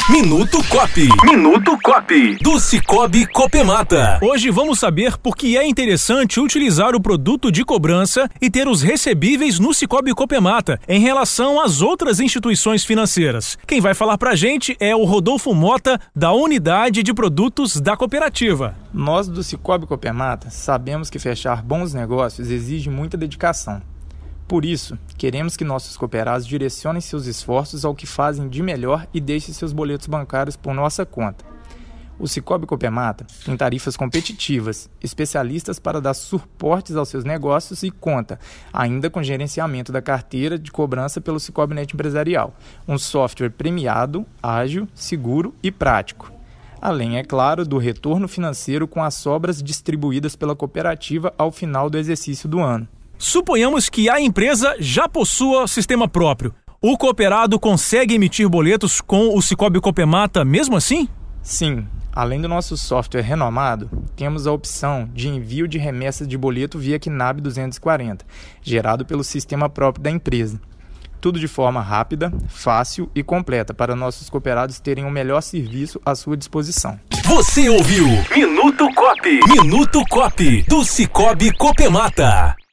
Minuto Cop. Minuto Cop. Do Sicoob Copemata. Hoje vamos saber por que é interessante utilizar o produto de cobrança e ter os recebíveis no Sicoob Copemata em relação às outras instituições financeiras. Quem vai falar pra gente é o Rodolfo Mota, da Unidade de Produtos da Cooperativa. Nós do Sicoob Copemata sabemos que fechar bons negócios exige muita dedicação. Por isso, queremos que nossos cooperados direcionem seus esforços ao que fazem de melhor e deixem seus boletos bancários por nossa conta. O Sicoob Copemata tem tarifas competitivas, especialistas para dar suportes aos seus negócios e conta, ainda com gerenciamento da carteira de cobrança pelo Sicoob Net Empresarial, um software premiado, ágil, seguro e prático. Além, é claro, do retorno financeiro com as sobras distribuídas pela cooperativa ao final do exercício do ano. Suponhamos que a empresa já possua sistema próprio. O cooperado consegue emitir boletos com o Sicoob Copemata mesmo assim? Sim. Além do nosso software renomado, temos a opção de envio de remessa de boleto via KNAB 240, gerado pelo sistema próprio da empresa. Tudo de forma rápida, fácil e completa para nossos cooperados terem o melhor serviço à sua disposição. Você ouviu Minuto Cop. Minuto Cop do Sicoob Copemata.